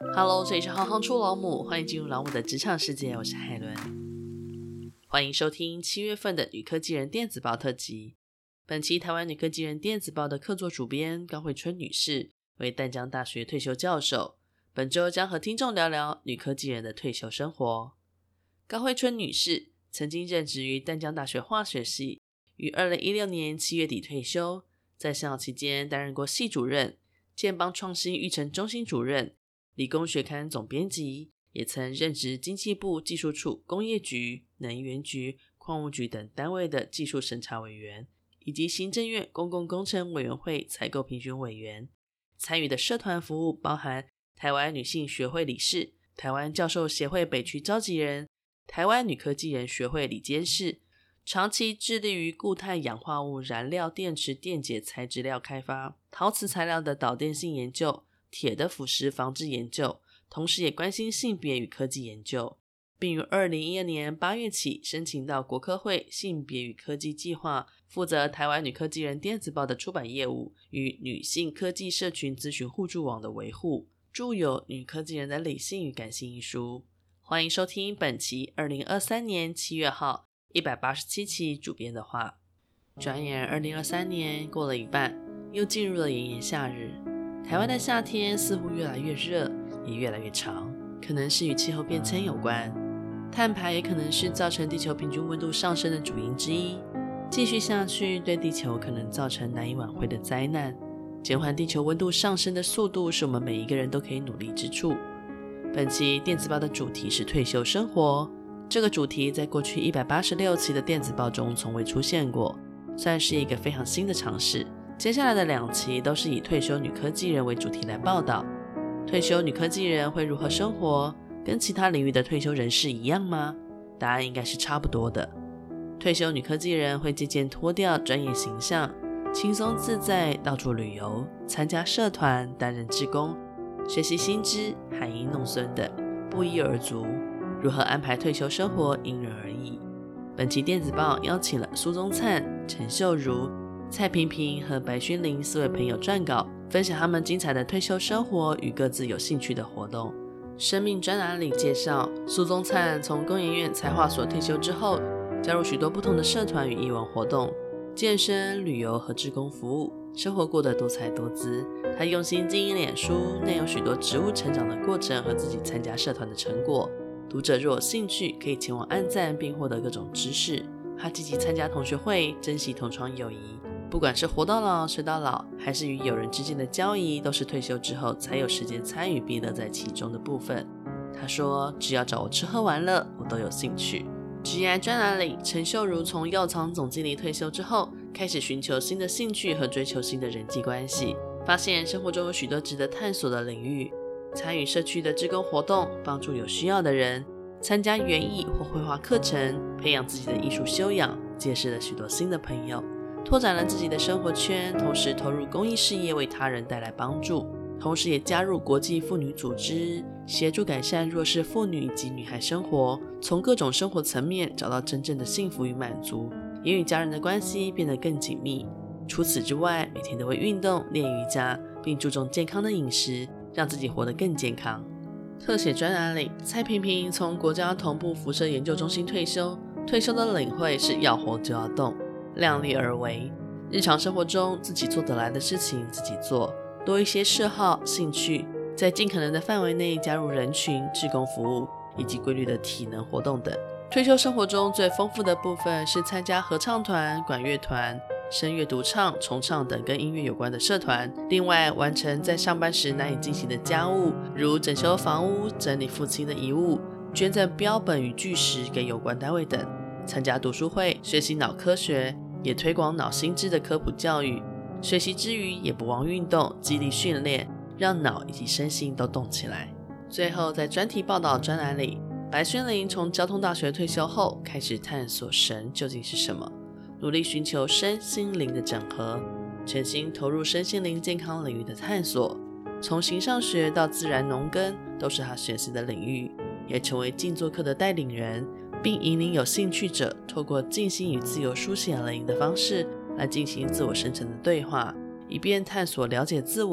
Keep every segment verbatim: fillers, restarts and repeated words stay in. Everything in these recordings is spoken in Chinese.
Hello， 这里是行行出老母，欢迎进入老母的职场世界，我是海伦。欢迎收听七月份的女科技人电子报特辑。本期台湾女科技人电子报的客座主编高慧春女士为淡江大学退休教授，本周将和听众聊聊女科技人的退休生活。高慧春女士曾经任职于淡江大学化学系，于二零一六年七月底退休，在校期间担任过系主任、建邦创新育成中心主任、理工学刊总编辑，也曾任职经济部技术处工业局、能源局、矿务局等单位的技术审查委员，以及行政院公共工程委员会采购评选委员。参与的社团服务包含台湾女性学会理事、台湾教授协会北区召集人、台湾女科技人学会理监事，长期致力于固态氧化物燃料电池电解材质料开发、陶瓷材料的导电性研究、铁的腐蚀防治研究，同时也关心性别与科技研究，并于二零一二年八月起申请到国科会性别与科技计划，负责台湾女科技人电子报的出版业务与女性科技社群咨询互助网的维护，著有《女科技人的理性与感性》一书。欢迎收听本期二零二三年七月号一百八十七期主编的话。转眼二零二三年过了一半，又进入了炎炎夏日。台湾的夏天似乎越来越热，也越来越长，可能是与气候变迁有关。碳排也可能是造成地球平均温度上升的主因之一。继续下去，对地球可能造成难以挽回的灾难。减缓地球温度上升的速度，是我们每一个人都可以努力之处。本期电子报的主题是退休生活。这个主题在过去一百八十六期的电子报中从未出现过，算是一个非常新的尝试。接下来的两期都是以退休女科技人为主题来报道。退休女科技人会如何生活？跟其他领域的退休人士一样吗？答案应该是差不多的。退休女科技人会渐渐脱掉专业形象，轻松自在到处旅游，参加社团，担任志工，学习新知，含饴弄孙等，不一而足。如何安排退休生活因人而异。本期电子报邀请了苏宗灿、陈秀如、蔡萍萍和白宣玲四位朋友撰稿，分享他们精彩的退休生活与各自有兴趣的活动。生命专栏里介绍，苏宗灿从工研院材化所退休之后，加入许多不同的社团与艺文活动，健身、旅游和志工服务，生活过得多彩多姿。他用心经营脸书，内有许多职务成长的过程和自己参加社团的成果。读者若有兴趣，可以前往按赞并获得各种知识。他积极参加同学会，珍惜同窗友谊。不管是活到老学到老，还是与友人之间的交谊，都是退休之后才有时间参与并乐在其中的部分。他说，只要找我吃喝玩乐，我都有兴趣。职业专栏里，陈秀如从药厂总经理退休之后，开始寻求新的兴趣和追求新的人际关系，发现生活中有许多值得探索的领域，参与社区的志工活动，帮助有需要的人，参加园艺或绘画课程，培养自己的艺术修养，结识了许多新的朋友，拓展了自己的生活圈，同时投入公益事业，为他人带来帮助，同时也加入国际妇女组织，协助改善弱势妇女及女孩生活，从各种生活层面找到真正的幸福与满足，也与家人的关系变得更紧密。除此之外，每天都会运动、练瑜伽，并注重健康的饮食，让自己活得更健康。特写专栏里，蔡萍萍从国家同步辐射研究中心退休，退休的领会是要活就要动，量力而为。日常生活中自己做得来的事情自己做，多一些嗜好、兴趣，在尽可能的范围内加入人群、志工服务以及规律的体能活动等。退休生活中最丰富的部分是参加合唱团、管乐团、声乐独唱、重唱等跟音乐有关的社团，另外完成在上班时难以进行的家务，如整修房屋、整理父亲的遗物、捐赠标本与巨石给有关单位等，参加读书会，学习脑科学，也推广脑心智的科普教育。学习之余也不忘运动、肌力训练，让脑以及身心都动起来。最后在专题报道专栏里，白宣玲从交通大学退休后，开始探索神究竟是什么，努力寻求身心灵的整合，全心投入身心灵健康领域的探索。从形上学到自然农耕，都是他学习的领域，也成为静坐课的带领人，并引领有兴趣者透过静心与自由书写灵的方式来进行自我生成的对话，以便探索了解自我，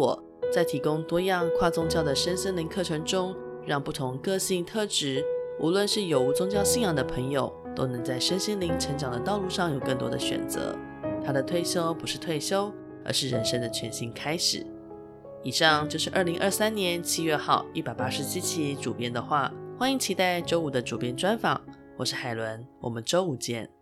在提供多样跨宗教的身心灵课程中，让不同个性特质，无论是有无宗教信仰的朋友，都能在身心灵成长的道路上有更多的选择。他的退休不是退休，而是人生的全新开始。以上就是二零二三年七月号一百八十七期主编的话，欢迎期待周五的主编专访。我是海伦，我们周五见。